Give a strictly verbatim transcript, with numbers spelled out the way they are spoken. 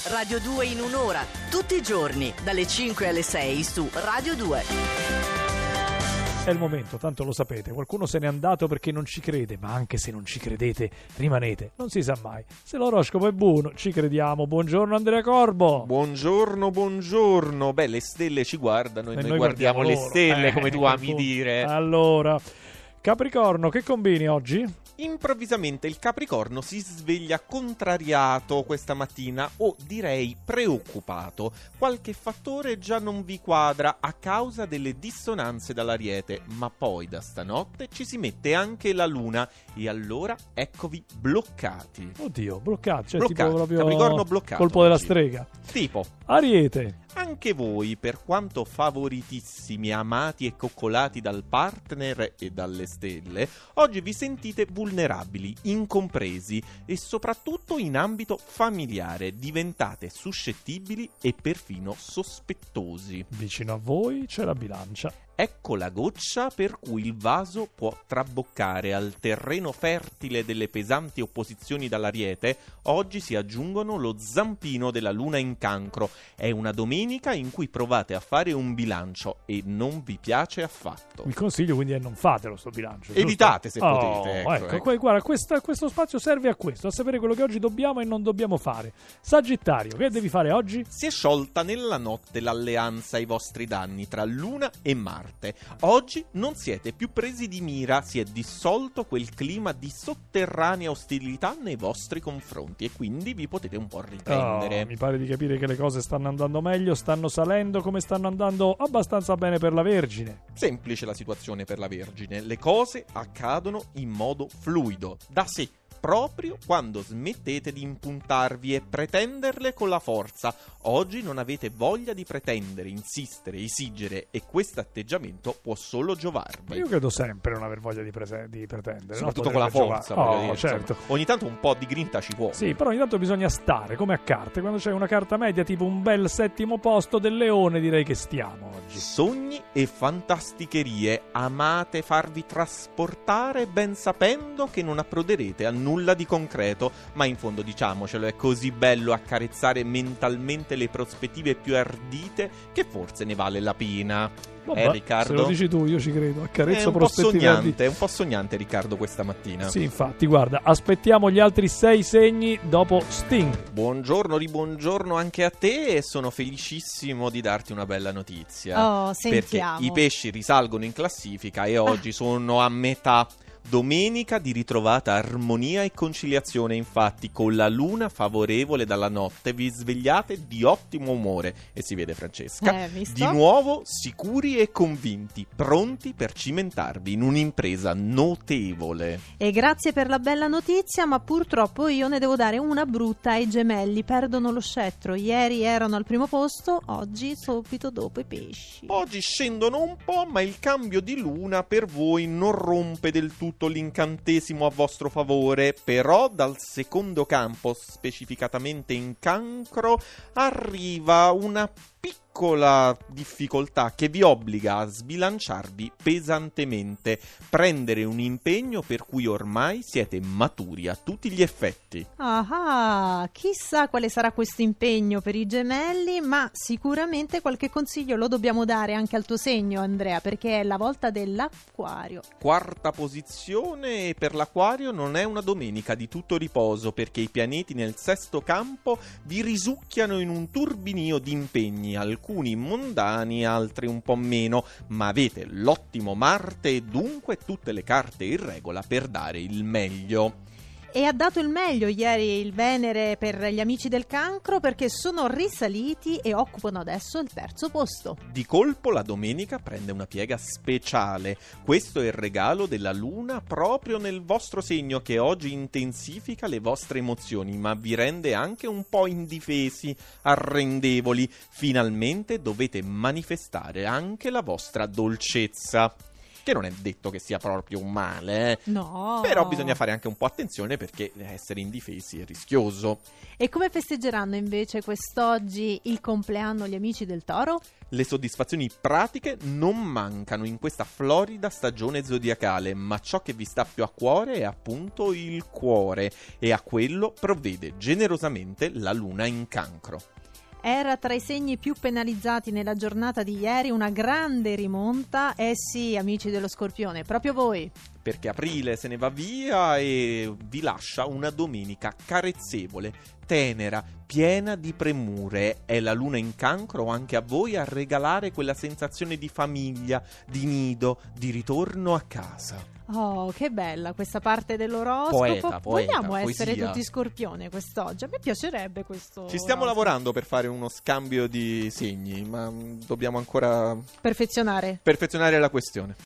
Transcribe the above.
Radio due in un'ora, tutti i giorni, dalle cinque alle sei su Radio due. È il momento, tanto lo sapete, qualcuno se n'è andato perché non ci crede, ma anche se non ci credete, rimanete, non si sa mai. Se l'oroscopo è buono, ci crediamo. Buongiorno Andrea Corbo. Buongiorno, buongiorno. Beh, le stelle ci guardano e, e noi, noi guardiamo, guardiamo le stelle, eh, come tu ami dire. Allora, Capricorno, che combini oggi? Improvvisamente il Capricorno si sveglia contrariato questa mattina, o direi preoccupato. Qualche fattore già non vi quadra a causa delle dissonanze dall'Ariete, ma poi da stanotte ci si mette anche la Luna e allora eccovi bloccati. Oddio, bloccati, cioè bloccati. Tipo proprio Capricorno bloccato. Colpo della oggi. strega. Tipo Ariete. Anche voi, per quanto favoritissimi, amati e coccolati dal partner e dalle stelle, oggi vi sentite vulnerabili, incompresi e soprattutto in ambito familiare. Diventate suscettibili e perfino sospettosi. Vicino a voi c'è la bilancia. Ecco la goccia per cui il vaso può traboccare. Al terreno fertile delle pesanti opposizioni dall'Ariete oggi si aggiungono lo zampino della Luna in Cancro. È una domenica in cui provate a fare un bilancio e non vi piace affatto. Il consiglio quindi è non fatelo sto bilancio. Evitate se oh, potete. Ecco, ecco, ecco. Guarda, questa, questo spazio serve a questo, a sapere quello che oggi dobbiamo e non dobbiamo fare. Sagittario, che devi fare oggi? Si è sciolta nella notte l'alleanza ai vostri danni tra Luna e Marte. Oggi non siete più presi di mira, si è dissolto quel clima di sotterranea ostilità nei vostri confronti e quindi vi potete un po' riprendere. Oh, mi pare di capire che le cose stanno andando meglio, stanno salendo, come stanno andando abbastanza bene per la Vergine. Semplice la situazione per la Vergine, le cose accadono in modo fluido, da sé. Proprio quando smettete di impuntarvi e pretenderle con la forza. Oggi non avete voglia di pretendere, insistere, esigere e questo atteggiamento può solo giovarvi. Io credo sempre non aver voglia di, prese- di pretendere. Soprattutto con la forza. Oh, dire, certo. Insomma, ogni tanto un po' di grinta ci può. Sì, però ogni tanto bisogna stare, come a carte. Quando c'è una carta media tipo un bel settimo posto del leone, direi che stiamo oggi. Sogni e fantasticherie. Amate farvi trasportare ben sapendo che non approderete a nulla di concreto, ma in fondo diciamocelo, è così bello accarezzare mentalmente le prospettive più ardite che forse ne vale la pena. Vabbè, eh Riccardo? Se lo dici tu, io ci credo. Accarezzo è un po' prospettive sognante, ardite. è un po' sognante Riccardo questa mattina. Sì, infatti, guarda, aspettiamo gli altri sei segni dopo Sting. Buongiorno, ribuongiorno anche a te e sono felicissimo di darti una bella notizia. Oh, sentiamo. Perché i pesci risalgono in classifica e oggi ah. sono a metà. Domenica di ritrovata armonia e conciliazione, infatti con la luna favorevole dalla notte vi svegliate di ottimo umore e si vede Francesca, eh, di nuovo sicuri e convinti, pronti per cimentarvi in un'impresa notevole. E grazie per la bella notizia, ma purtroppo io ne devo dare una brutta ai gemelli, perdono lo scettro, ieri erano al primo posto, oggi subito dopo i pesci. Oggi scendono un po', ma il cambio di luna per voi non rompe del tutto l'incantesimo a vostro favore, però dal secondo campo, specificatamente in Cancro, arriva una piccola difficoltà che vi obbliga a sbilanciarvi pesantemente, prendere un impegno per cui ormai siete maturi a tutti gli effetti. Ah, chissà quale sarà questo impegno per i gemelli, ma sicuramente qualche consiglio lo dobbiamo dare anche al tuo segno, Andrea, perché è la volta dell'Acquario. Quarta posizione, e per l'Acquario non è una domenica di tutto riposo, perché i pianeti nel sesto campo vi risucchiano in un turbinio di impegni, alcuni mondani, altri un po' meno, ma avete l'ottimo Marte e dunque tutte le carte in regola per dare il meglio. E ha dato il meglio ieri il Venere per gli amici del Cancro, perché sono risaliti e occupano adesso il terzo posto. Di colpo la domenica prende una piega speciale. Questo è il regalo della Luna proprio nel vostro segno, che oggi intensifica le vostre emozioni ma vi rende anche un po' indifesi, arrendevoli. Finalmente dovete manifestare anche la vostra dolcezza. che non è detto che sia proprio un male, eh. No. Però bisogna fare anche un po' attenzione perché essere indifesi è rischioso. E come festeggeranno invece quest'oggi il compleanno gli amici del Toro? Le soddisfazioni pratiche non mancano in questa florida stagione zodiacale, ma ciò che vi sta più a cuore è appunto il cuore, e a quello provvede generosamente la luna in Cancro. Era tra i segni più penalizzati nella giornata di ieri, una grande rimonta. Eh sì, amici dello Scorpione, proprio voi. Perché aprile se ne va via e vi lascia una domenica carezzevole, tenera, piena di premure. È la luna in Cancro anche a voi a regalare quella sensazione di famiglia, di nido, di ritorno a casa. Oh, che bella questa parte dell'oroscopo. Poeta, poeta, Vogliamo essere poesia. tutti Scorpione quest'oggi? A me piacerebbe questo. Ci stiamo oroscopo. lavorando per fare uno scambio di segni, ma mm, dobbiamo ancora Perfezionare. perfezionare la questione.